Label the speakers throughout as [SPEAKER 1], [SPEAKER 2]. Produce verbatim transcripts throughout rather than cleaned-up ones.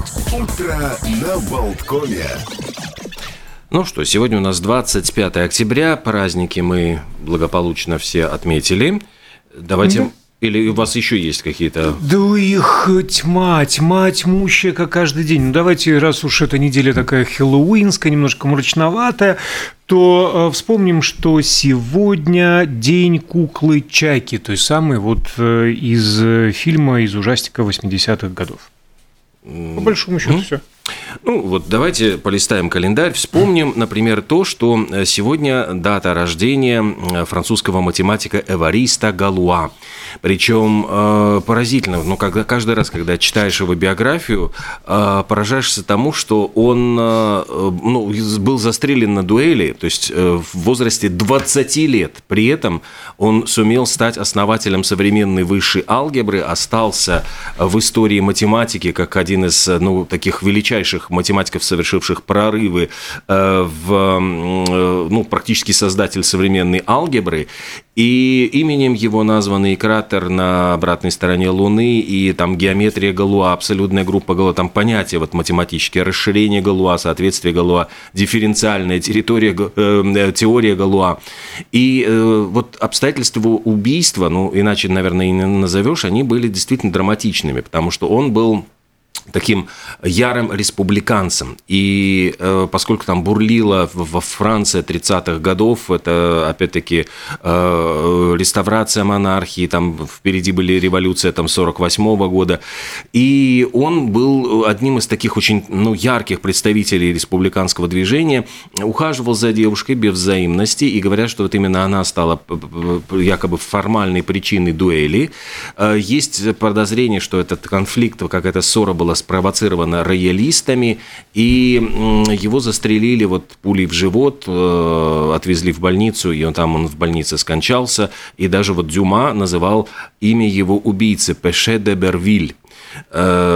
[SPEAKER 1] Утро на Болткоме.
[SPEAKER 2] Ну что, сегодня у нас двадцать пятое октября, праздники мы благополучно все отметили. Давайте... Mm-hmm. Или у вас еще есть какие-то...
[SPEAKER 3] Да их тьма, тьма тьмущая, как каждый день. Ну, давайте, раз уж эта неделя такая хэллоуинская, немножко мрачноватая, то э, вспомним, что сегодня день куклы Чаки, той самой вот э, из фильма, из ужастика восьмидесятых годов. По большому счету mm-hmm. все.
[SPEAKER 2] Ну, вот давайте полистаем календарь, вспомним, например, то, что сегодня дата рождения французского математика Эвариста Галуа. Причем э, поразительно, но когда, каждый раз, когда читаешь его биографию, э, поражаешься тому, что он э, ну, был застрелен на дуэли, то есть э, в возрасте двадцати лет. При этом он сумел стать основателем современной высшей алгебры, остался в истории математики как один из ну, таких величайших математиков, совершивших прорывы э, в э, ну, практически создатель современной алгебры. И именем его названы и кратер на обратной стороне Луны, и там геометрия Галуа, абсолютная группа Галуа, там понятия вот математические, расширение Галуа, соответствие Галуа, дифференциальная территория, э, теория Галуа. И э, вот обстоятельства убийства, ну, иначе, наверное, и не назовешь, они были действительно драматичными, потому что он был таким ярым республиканцем. И э, поскольку там бурлила во Франции тридцатых годов, это, опять-таки, э, реставрация монархии, там впереди были революции там, сорок восьмого года, и он был одним из таких очень ну, ярких представителей республиканского движения, ухаживал за девушкой без взаимности, и говорят, что вот именно она стала якобы формальной причиной дуэли. Есть подозрение, что этот конфликт, какая-то ссора была спровоцировано роялистами, и его застрелили вот пулей в живот, отвезли в больницу, и он там он в больнице скончался, и даже вот Дюма называл имя его убийцы Пеше де Бервиль. У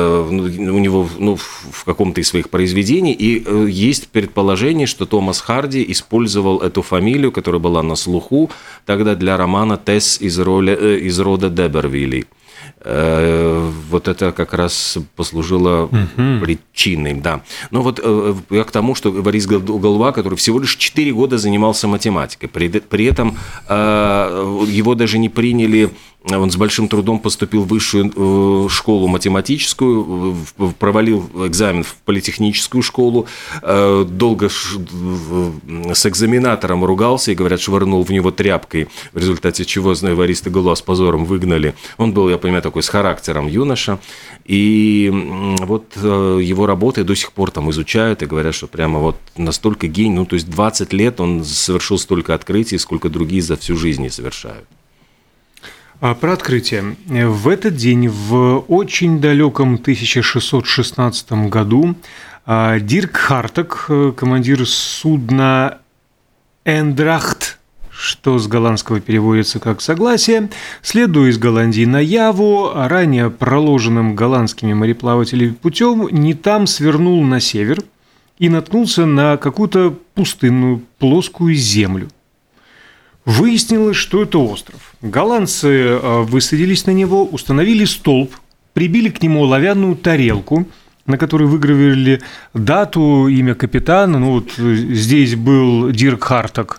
[SPEAKER 2] него ну, в каком-то из своих произведений, и есть предположение, что Томас Харди использовал эту фамилию, которая была на слуху тогда для романа «Тесс из, роли, из рода Дебервилей». Вот это как раз послужило uh-huh. причиной, да. Но вот я к тому, что Эварист Галуа, который всего лишь четыре года занимался математикой, при, при этом его даже не приняли, он с большим трудом поступил в высшую школу математическую, провалил экзамен в политехническую школу, долго с экзаменатором ругался и, говорят, швырнул в него тряпкой, в результате чего Эвариста Галуа с позором выгнали. Он был, я понимаю, такой с характером юноша, и вот его работы до сих пор там изучают и говорят, что прямо вот настолько гений, ну, то есть двадцать лет он совершил столько открытий, сколько другие за всю жизнь не совершают.
[SPEAKER 3] Про открытие. В этот день, в очень далеком тысяча шестьсот шестнадцатом году, Дирк Харток, командир судна «Эндрахт», что с голландского переводится как «согласие», следуя из Голландии на Яву, ранее проложенным голландскими мореплавателями путем, не там свернул на север и наткнулся на какую-то пустынную плоскую землю. Выяснилось, что это остров. Голландцы высадились на него, установили столб, прибили к нему оловянную тарелку, на которой выгравировали дату, имя капитана. Ну вот здесь был Дирк Харток.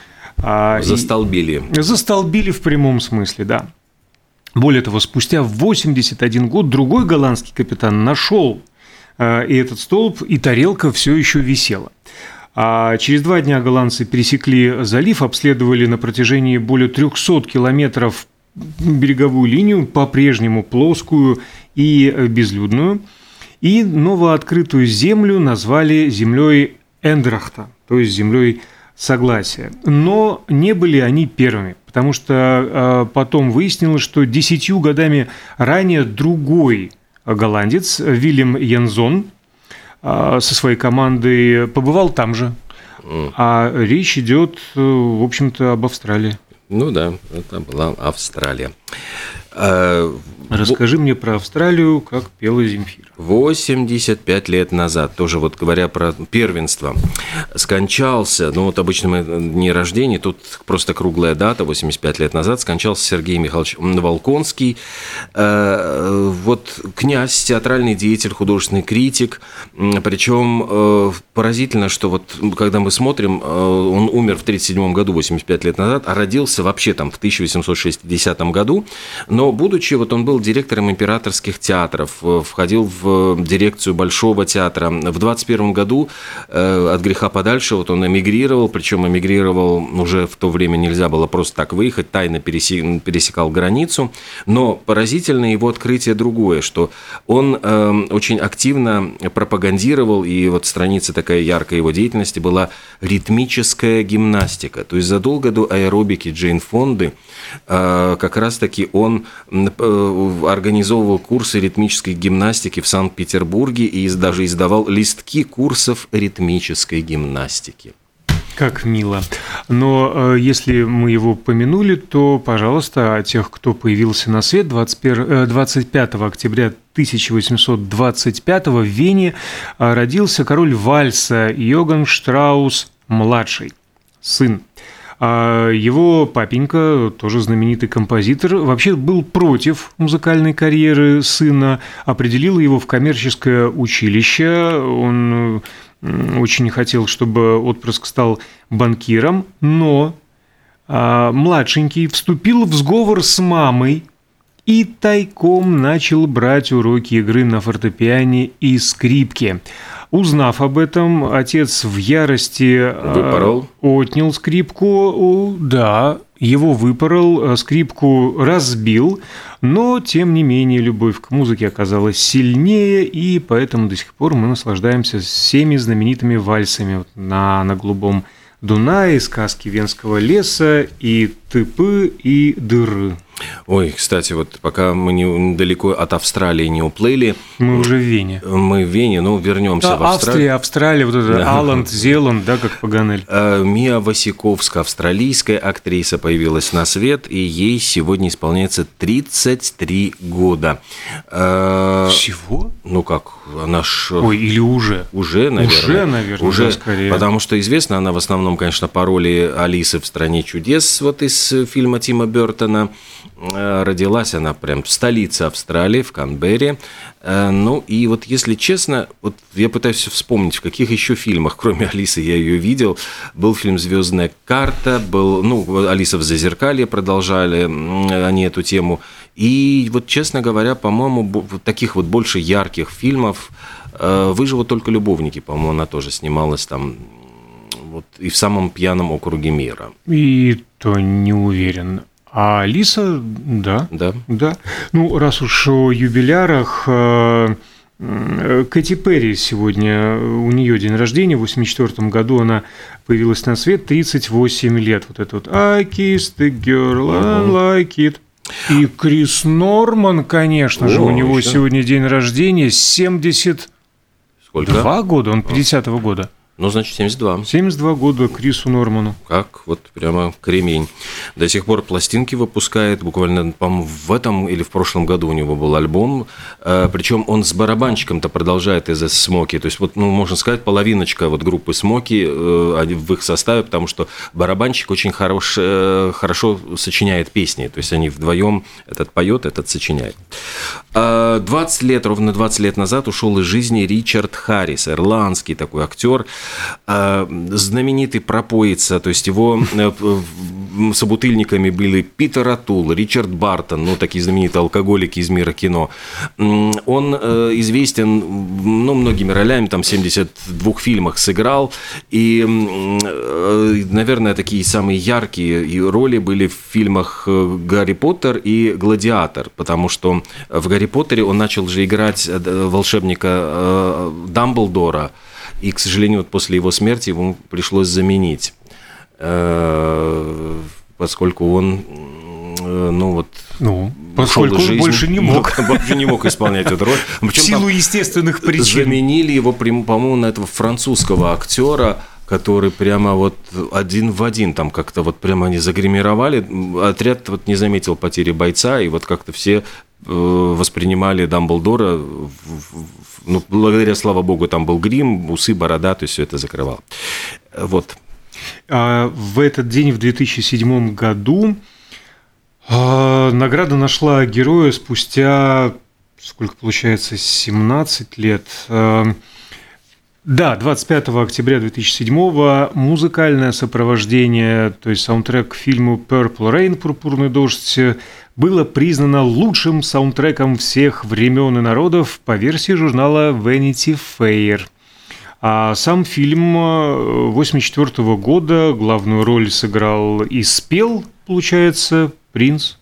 [SPEAKER 2] Застолбили.
[SPEAKER 3] Застолбили в прямом смысле, да. Более того, спустя восемьдесят один год другой голландский капитан нашел и этот столб, и тарелка все еще висела. А через два дня голландцы пересекли залив, обследовали на протяжении более трехсот километров береговую линию, по-прежнему плоскую и безлюдную, и новооткрытую землю назвали землей Эндрахта, то есть землей согласия. Но не были они первыми, потому что потом выяснилось, что десятью годами ранее другой голландец Вильям Янсон со своей командой побывал там же. А речь идет, в общем-то, об Австралии.
[SPEAKER 2] Ну да, это была Австралия.
[SPEAKER 3] Расскажи мне про Австралию, как пела Земфира.
[SPEAKER 2] восемьдесят пять лет назад, тоже вот говоря про первенство, скончался, ну вот обычно мы дни рождения, тут просто круглая дата, восемьдесят пять лет назад скончался Сергей Михайлович Волконский, вот князь, театральный деятель, художественный критик, причем поразительно, что вот когда мы смотрим, он умер в тридцать седьмом году, восемьдесят пять лет назад, а родился вообще там в тысяча восемьсот шестидесятом году, но будучи, вот он был директором императорских театров, входил в дирекцию Большого театра. В двадцать первом году от греха подальше вот он эмигрировал, причем эмигрировал уже в то время нельзя было просто так выехать, тайно пересекал границу, но поразительно его открытие другое, что он очень активно пропагандировал, и вот страница такая яркая его деятельности была ритмическая гимнастика, то есть задолго до аэробики Джейн Фонды как раз-таки он организовывал курсы ритмической гимнастики в Санкт-Петербурге и даже издавал листки курсов ритмической гимнастики.
[SPEAKER 3] Как мило. Но э, если мы его помянули, то, пожалуйста, о тех, кто появился на свет двадцать пятого октября тысяча восемьсот двадцать пятого в Вене родился король вальса Йоганн Штраус-младший, сын. А его папенька, тоже знаменитый композитор, вообще был против музыкальной карьеры сына, определил его в коммерческое училище. Он очень хотел, чтобы отпрыск стал банкиром, но младшенький вступил в сговор с мамой и тайком начал брать уроки игры на фортепиано и скрипке. Узнав об этом, отец в ярости
[SPEAKER 2] выпорол.
[SPEAKER 3] Отнял скрипку, да, его выпорол, скрипку разбил, но, тем не менее, любовь к музыке оказалась сильнее, и поэтому до сих пор мы наслаждаемся всеми знаменитыми вальсами вот на, на голубом Дунае, сказки Венского леса, и тыпы, и дыры.
[SPEAKER 2] Ой, кстати, вот пока мы недалеко от Австралии не уплыли.
[SPEAKER 3] Мы уже в Вене.
[SPEAKER 2] Мы в Вене, ну, вернемся
[SPEAKER 3] да,
[SPEAKER 2] в Австралию.
[SPEAKER 3] Австрия, Австралия, вот это да. Аланд, Зеланд, да, как Паганель.
[SPEAKER 2] Мия Васиковска, австралийская актриса, появилась на свет, и ей сегодня исполняется тридцать три года.
[SPEAKER 3] Всего?
[SPEAKER 2] Ну, как, она ж...
[SPEAKER 3] Ой, или уже?
[SPEAKER 2] Уже, наверное.
[SPEAKER 3] Уже, наверное,
[SPEAKER 2] уже,
[SPEAKER 3] да, скорее.
[SPEAKER 2] Потому что известна она в основном, конечно, по роли Алисы в «Стране чудес», вот из фильма Тима Бёртона. Родилась она прям в столице Австралии, в Канберре. Ну, и вот, если честно, вот я пытаюсь вспомнить, в каких еще фильмах, кроме Алисы, я ее видел. Был фильм «Звездная карта», был, ну, «Алиса в Зазеркалье», продолжали они эту тему. И вот, честно говоря, по-моему, таких вот больше ярких фильмов «Выживут только любовники», по-моему, она тоже снималась там, вот, и в «Самом пьяном округе мира».
[SPEAKER 3] И то не уверен. А Алиса, да,
[SPEAKER 2] да,
[SPEAKER 3] да. Ну, раз уж о юбилярах, Кэти Перри сегодня, у нее день рождения, в восемьдесят четвёртом году она появилась на свет, тридцать восемь лет. Вот это вот «I kissed the girl, I like it». И Крис Норман, конечно же,
[SPEAKER 2] О,
[SPEAKER 3] у него
[SPEAKER 2] еще?
[SPEAKER 3] сегодня день рождения, семьдесят два года, он пятидесятого года.
[SPEAKER 2] Ну, значит, семьдесят два.
[SPEAKER 3] семьдесят два года Крису Норману.
[SPEAKER 2] Как вот прямо кремень. До сих пор пластинки выпускает. Буквально, по-моему, в этом или в прошлом году у него был альбом. Причем он с барабанщиком-то продолжает из Смоки. То есть, вот, ну, можно сказать, половиночка вот группы Смоки в их составе, потому что барабанщик очень хорош, хорошо сочиняет песни. То есть, они вдвоем, этот поет, этот сочиняет. двадцать лет, ровно двадцать лет назад ушел из жизни Ричард Харрис, ирландский такой актер, знаменитый пропоица, то есть его собутыльниками были Питер Атул, Ричард Бартон, ну, такие знаменитые алкоголики из мира кино. Он известен, ну, многими ролями, там, в семьдесят двух фильмах сыграл, и, наверное, такие самые яркие роли были в фильмах «Гарри Поттер» и «Гладиатор», потому что в «Гарри Поттере» он начал же играть волшебника Дамблдора, и, к сожалению, вот после его смерти ему пришлось заменить, поскольку он, ну вот,
[SPEAKER 3] ну, поскольку он больше не мог.
[SPEAKER 2] Больше не мог исполнять эту роль.
[SPEAKER 3] В силу естественных причин.
[SPEAKER 2] Заменили его, по-моему, на этого французского актера который прямо вот один в один, там как-то вот прямо они загримировали. Отряд вот не заметил потери бойца, и вот как-то все воспринимали Дамблдора, ну, благодаря, слава богу, там был грим, усы, борода, то есть все это закрывало. Вот.
[SPEAKER 3] В этот день, в две тысячи седьмом году, награда нашла героя спустя, сколько получается, семнадцать лет. Да, двадцать пятого октября две тысячи седьмого музыкальное сопровождение, то есть саундтрек к фильму Purple Rain, «Пурпурный дождь», было признано лучшим саундтреком всех времен и народов по версии журнала Vanity Fair. А сам фильм восемьдесят четвёртого года главную роль сыграл и спел, получается, принц.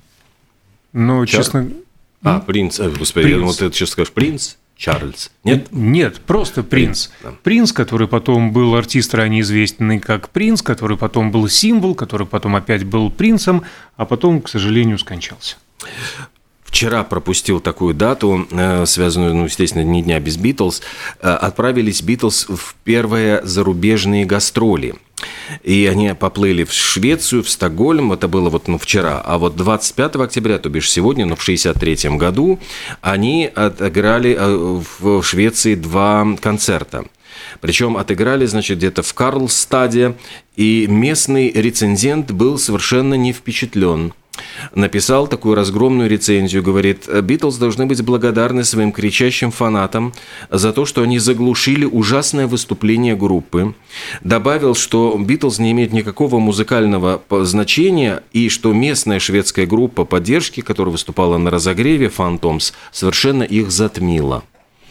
[SPEAKER 3] Но,
[SPEAKER 2] Чар...
[SPEAKER 3] честно...
[SPEAKER 2] А, принц, а, господи, принц. Я думал, ты сейчас скажешь принц Чарльз. Нет?
[SPEAKER 3] Нет, просто принц. Принц, да. Принц, который потом был артист, ранее известный как Принц, который потом был символ, который потом опять был принцем, а потом, к сожалению, скончался.
[SPEAKER 2] Вчера пропустил такую дату, связанную, ну, естественно, «Ни дня без Битлз». Отправились Битлз в первые зарубежные гастроли. И они поплыли в Швецию, в Стокгольм, это было вот, ну, вчера. А вот двадцать пятого октября, то бишь сегодня, но в шестьдесят третьем году, они отыграли в Швеции два концерта. Причем отыграли, значит, где-то в Карлстаде, и местный рецензент был совершенно не впечатлен. Написал такую разгромную рецензию, говорит: «Битлз должны быть благодарны своим кричащим фанатам за то, что они заглушили ужасное выступление группы». Добавил, что Битлз не имеет никакого музыкального значения, и что местная шведская группа поддержки, которая выступала на разогреве, Phantoms, совершенно их затмила.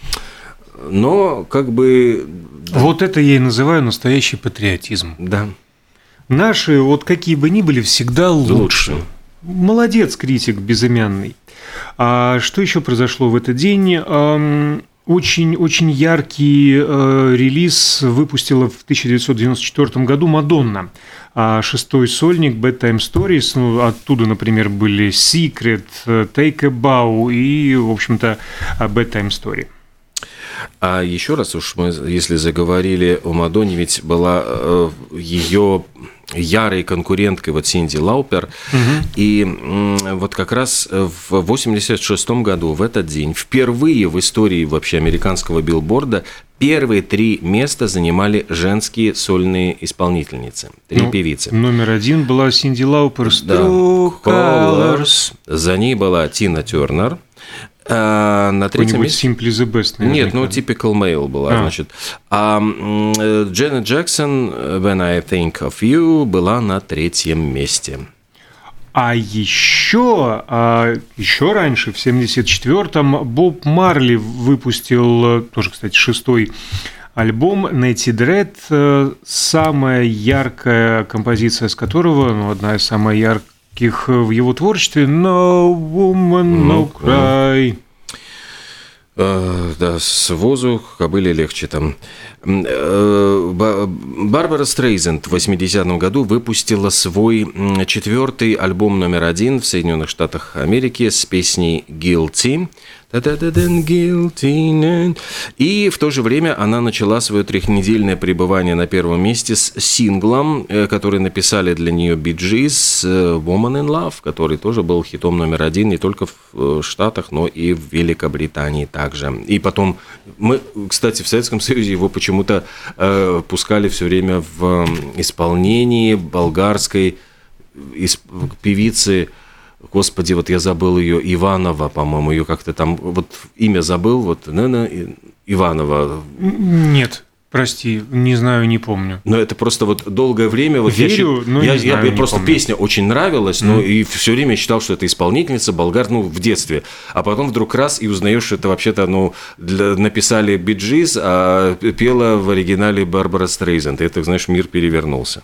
[SPEAKER 2] Но как бы... Да.
[SPEAKER 3] Вот это я и называю настоящий патриотизм.
[SPEAKER 2] Да.
[SPEAKER 3] Наши, вот какие бы ни были, всегда лучше.
[SPEAKER 2] Лучше.
[SPEAKER 3] Молодец, критик безымянный. А что еще произошло в этот день? Очень, очень яркий релиз выпустила в тысяча девятьсот девяносто четвёртом году Мадонна. Шестой сольник Bedtime Stories. Ну, оттуда, например, были Secret, Take a Bow и, в общем-то, Bedtime Story.
[SPEAKER 2] А еще раз уж мы, если заговорили о Мадонне, ведь была э, ее ярой конкуренткой вот Синди Лаупер, угу. И э, вот как раз в восемьдесят шестом году, в этот день, впервые в истории вообще американского билборда первые три места занимали женские сольные исполнительницы, три ну, певицы.
[SPEAKER 3] Номер один была Синди Лаупер,
[SPEAKER 2] да. Colors. За ней была Тина Тернер. А на третьем месте...
[SPEAKER 3] Simply the Best, наверняка.
[SPEAKER 2] Нет, ну, Typical Male была, а. значит. А Дженнет Джексон, When I Think of You, была на третьем месте.
[SPEAKER 3] А еще, а еще раньше, в семьдесят четвёртом, Боб Марли выпустил, тоже, кстати, шестой альбом Natty Dread, самая яркая композиция с которого, ну, одна из самых ярких в его творчестве, No Woman, No Cry.
[SPEAKER 2] Да, с возу кобыле легче там. Барбара Стрейзенд в восьмидесятом году выпустила свой четвертый альбом номер один в Соединенных Штатах Америки с песней Guilty. И в то же время она начала свое трехнедельное пребывание на первом месте с синглом, который написали для нее Bee Gees, Woman in Love, который тоже был хитом номер один не только в Штатах, но и в Великобритании также. И потом, мы, кстати, в Советском Союзе его почему-то э, пускали все время в исполнении болгарской певицы. Господи, вот я забыл ее, Иванова, по-моему, ее как-то там, вот имя забыл, вот, наверное, Иванова.
[SPEAKER 3] Нет, прости, не знаю, не помню.
[SPEAKER 2] Но это просто вот долгое время... Вот
[SPEAKER 3] Верю,
[SPEAKER 2] я,
[SPEAKER 3] но
[SPEAKER 2] я,
[SPEAKER 3] не знаю,
[SPEAKER 2] я,
[SPEAKER 3] не
[SPEAKER 2] просто
[SPEAKER 3] помню.
[SPEAKER 2] Песня очень нравилась, но mm. и все время считал, что это исполнительница болгар, ну, в детстве. А потом вдруг раз и узнаешь, что это вообще-то, ну, для, написали Bee Gees, а пела в оригинале Барбара Стрейзенд. И это, знаешь, мир перевернулся.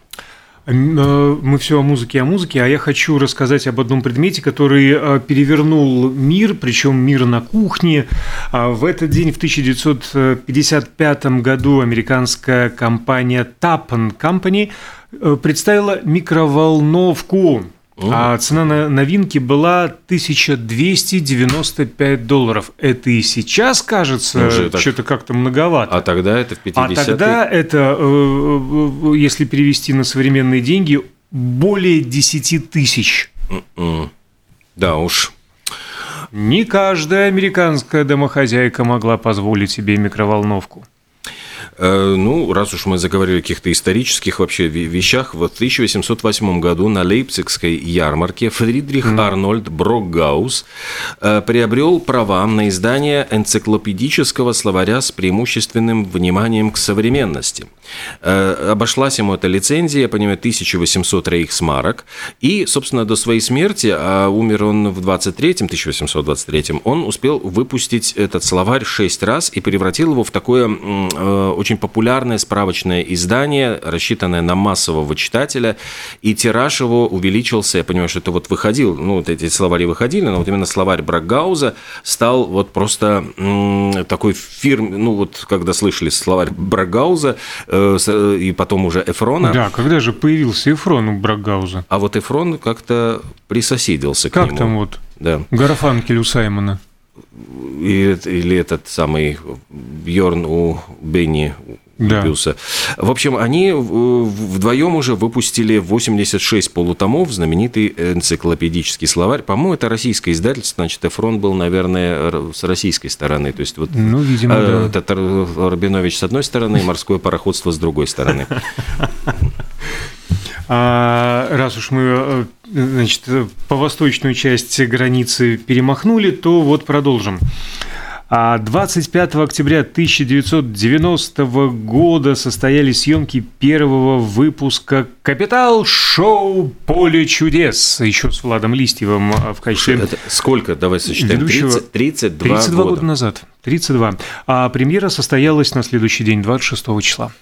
[SPEAKER 3] Мы все о музыке, о музыке, а я хочу рассказать об одном предмете, который перевернул мир, причем мир на кухне. В этот день, в тысяча девятьсот пятьдесят пятом году, американская компания Tappan Company представила микроволновку. А цена на новинки была тысяча двести девяносто пять долларов. Это и сейчас кажется
[SPEAKER 2] Уже
[SPEAKER 3] что-то
[SPEAKER 2] так...
[SPEAKER 3] как-то многовато.
[SPEAKER 2] А тогда это в пятидесятые?
[SPEAKER 3] А тогда это, если перевести на современные деньги, более десять тысяч.
[SPEAKER 2] Mm-mm. Да уж.
[SPEAKER 3] Не каждая американская домохозяйка могла позволить себе микроволновку.
[SPEAKER 2] Ну, раз уж мы заговорили о каких-то исторических вообще вещах, в тысяча восемьсот восьмом году на Лейпцигской ярмарке Фридрих mm. Арнольд Брокгаус приобрел права на издание энциклопедического словаря с преимущественным вниманием к современности. Обошлась ему эта лицензия, я понимаю, тысяча восемьсот рейхсмарок, и, собственно, до своей смерти, а умер он в двадцать третьем, тысяча восемьсот двадцать третьем, он успел выпустить этот словарь шесть раз и превратил его в такое очень популярное справочное издание, рассчитанное на массового читателя, и тираж его увеличился, я понимаю, что это вот выходил, ну, вот эти словари выходили, но вот именно словарь Брокгауза стал вот просто м, такой фирм, ну, вот когда слышали словарь Брокгауза, э, и потом уже Эфрона.
[SPEAKER 3] Да, когда же появился Эфрон у Брокгауза?
[SPEAKER 2] А вот Эфрон как-то присосидился к
[SPEAKER 3] как
[SPEAKER 2] нему.
[SPEAKER 3] Как там вот?
[SPEAKER 2] Да.
[SPEAKER 3] Гарфанкель у Саймона.
[SPEAKER 2] Или, или этот самый Бьорн у Бенни
[SPEAKER 3] да.
[SPEAKER 2] Бюса. В общем, они вдвоем уже выпустили восемьдесят шесть полутомов, знаменитый энциклопедический словарь. По-моему, это российское издательство, значит, Эфрон был, наверное, с российской стороны. То есть, вот,
[SPEAKER 3] ну, видимо,
[SPEAKER 2] э,
[SPEAKER 3] да.
[SPEAKER 2] Татар Рабинович с одной стороны, и морское пароходство с другой стороны.
[SPEAKER 3] А раз уж мы, значит, по восточную часть границы перемахнули, то вот продолжим. двадцать пятого октября тысяча девятьсот девяностого года состоялись съемки первого выпуска «Капитал-шоу. Поле чудес», еще с Владом Листьевым в качестве...
[SPEAKER 2] Это сколько? Давай сосчитаем. тридцать, тридцать два,
[SPEAKER 3] тридцать два
[SPEAKER 2] года.
[SPEAKER 3] года назад. тридцать два. А премьера состоялась на следующий день, двадцать шестого числа.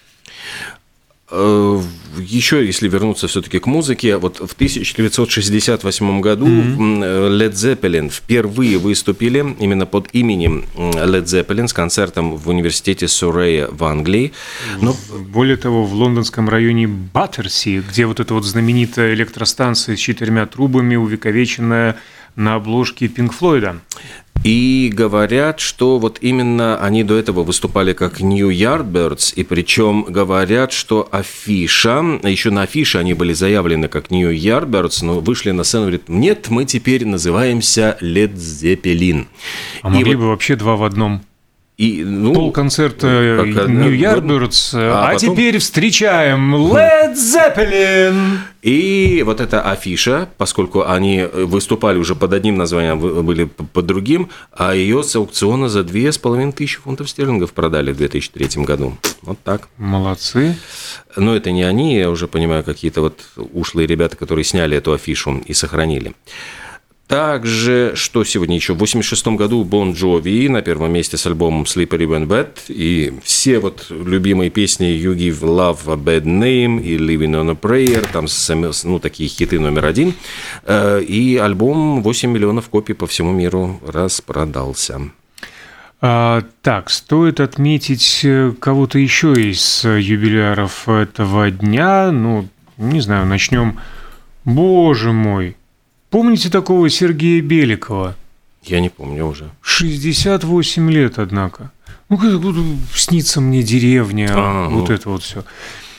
[SPEAKER 2] Еще, если вернуться все-таки к музыке, вот в тысяча девятьсот шестьдесят восьмом году mm-hmm. Led Zeppelin впервые выступили именно под именем Led Zeppelin с концертом в университете Суррея в Англии. Но...
[SPEAKER 3] Более того, в лондонском районе Баттерси, где вот эта вот знаменитая электростанция с четырьмя трубами, увековеченная на обложке Пинк Флойда.
[SPEAKER 2] И говорят, что вот именно они до этого выступали как New Yardbirds, и причем говорят, что афиша, еще на афише они были заявлены как New Yardbirds, но вышли на сцену и говорят, нет, мы теперь называемся Led Zeppelin.
[SPEAKER 3] А могли
[SPEAKER 2] и
[SPEAKER 3] бы вот... вообще два в одном.
[SPEAKER 2] И, ну,
[SPEAKER 3] полконцерта New Yardbirds, а, а потом... теперь встречаем Led Zeppelin.
[SPEAKER 2] И вот эта афиша, поскольку они выступали уже под одним названием, были под другим, а ее с аукциона за две с половиной тысячи фунтов стерлингов продали в две тысячи третьем году. Вот так.
[SPEAKER 3] Молодцы.
[SPEAKER 2] Но это не они, я уже понимаю, какие-то вот ушлые ребята, которые сняли эту афишу и сохранили. Также, что сегодня еще? В восемьдесят шестом году Бон Джови на первом месте с альбомом Slippery When Wet. И все вот любимые песни You Give Love a Bad Name и Living on a Prayer, там ну, такие хиты номер один. И альбом восемь миллионов копий по всему миру распродался.
[SPEAKER 3] А, так, стоит отметить кого-то еще из юбиляров этого дня. Ну, не знаю, начнем. Боже мой! Помните такого Сергея Беликова?
[SPEAKER 2] Я не помню уже.
[SPEAKER 3] шестьдесят восемь лет, однако. Ну, как снится мне деревня, а, вот ну. это вот все.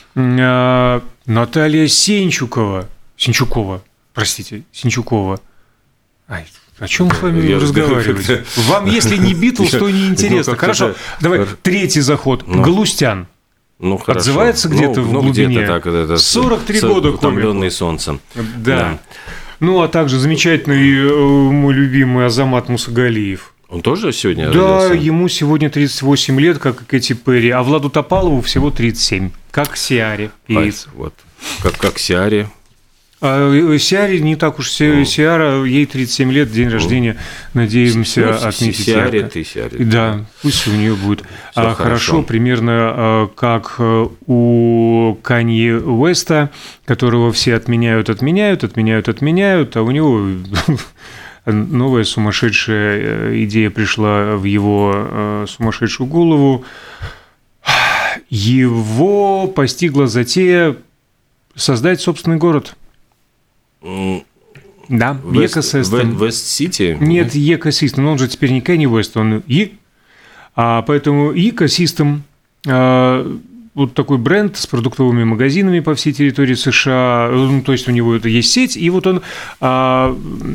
[SPEAKER 3] А, Наталья Сенчукова. Сенчукова, простите, Сенчукова. Ай, о чем с вами Я разговаривать? Вам, если не Битлз, то неинтересно. Хорошо, давай третий заход. Галустян.
[SPEAKER 2] Ну,
[SPEAKER 3] отзывается где-то
[SPEAKER 2] ну,
[SPEAKER 3] в
[SPEAKER 2] ну,
[SPEAKER 3] глубине.
[SPEAKER 2] Где-то так, это,
[SPEAKER 3] сорок три года
[SPEAKER 2] утомленный солнцем.
[SPEAKER 3] Да. да. Ну, а также замечательный мой любимый Азамат Мусагалиев.
[SPEAKER 2] Он тоже сегодня
[SPEAKER 3] да,
[SPEAKER 2] родился?
[SPEAKER 3] Ему сегодня тридцать восемь лет, как и Кэти Перри, а Владу Топалову всего тридцать семь, как Сиаре.
[SPEAKER 2] Певица. Вот. Как, как Сиаре.
[SPEAKER 3] А Сиаре не так уж Си, Сиара, ей тридцать семь лет, день рождения, надеемся ну, отметить.
[SPEAKER 2] Сиаре, ты Сиаре.
[SPEAKER 3] Да, пусть у нее будет а, хорошо.
[SPEAKER 2] хорошо,
[SPEAKER 3] примерно как у Канье Уэста, которого все отменяют, отменяют, отменяют, отменяют, а у него новая сумасшедшая идея пришла в его сумасшедшую голову. Его постигла затея создать собственный город. Да, Ecosystem.
[SPEAKER 2] West-City?
[SPEAKER 3] Нет, Ecosystem, но он же теперь не Kanye West, он E. А поэтому Ecosystem, вот такой бренд с продуктовыми магазинами по всей территории США, ну, то есть у него это есть сеть, и вот он а,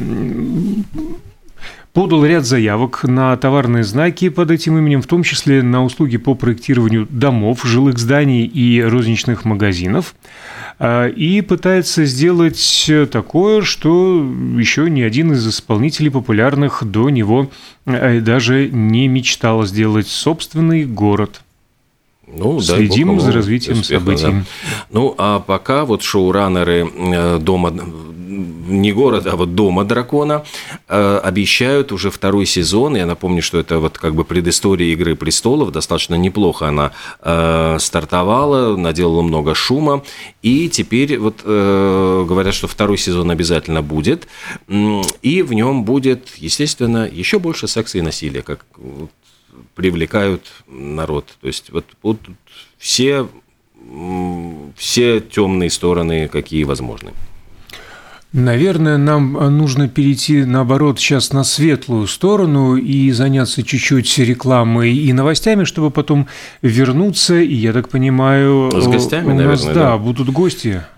[SPEAKER 3] подал ряд заявок на товарные знаки под этим именем, в том числе на услуги по проектированию домов, жилых зданий и розничных магазинов, и пытается сделать такое, что еще ни один из исполнителей популярных до него даже не мечтал сделать собственный город.
[SPEAKER 2] Ну,
[SPEAKER 3] Следим за развитием успеха, событий.
[SPEAKER 2] Да. Ну, а пока вот шоураннеры дома, не города, а вот дома дракона обещают уже второй сезон. Я напомню, что это вот как бы предыстория «Игры престолов». Достаточно неплохо она стартовала, наделала много шума. И теперь вот говорят, что второй сезон обязательно будет. И в нем будет, естественно, еще больше секса и насилия, как привлекают народ. То есть вот, вот все, все темные стороны, какие возможны.
[SPEAKER 3] Наверное, нам нужно перейти, наоборот, сейчас на светлую сторону и заняться чуть-чуть рекламой и новостями, чтобы потом вернуться. И, я так понимаю,
[SPEAKER 2] с гостями,
[SPEAKER 3] у нас,
[SPEAKER 2] наверное,
[SPEAKER 3] да,
[SPEAKER 2] да,
[SPEAKER 3] будут гости.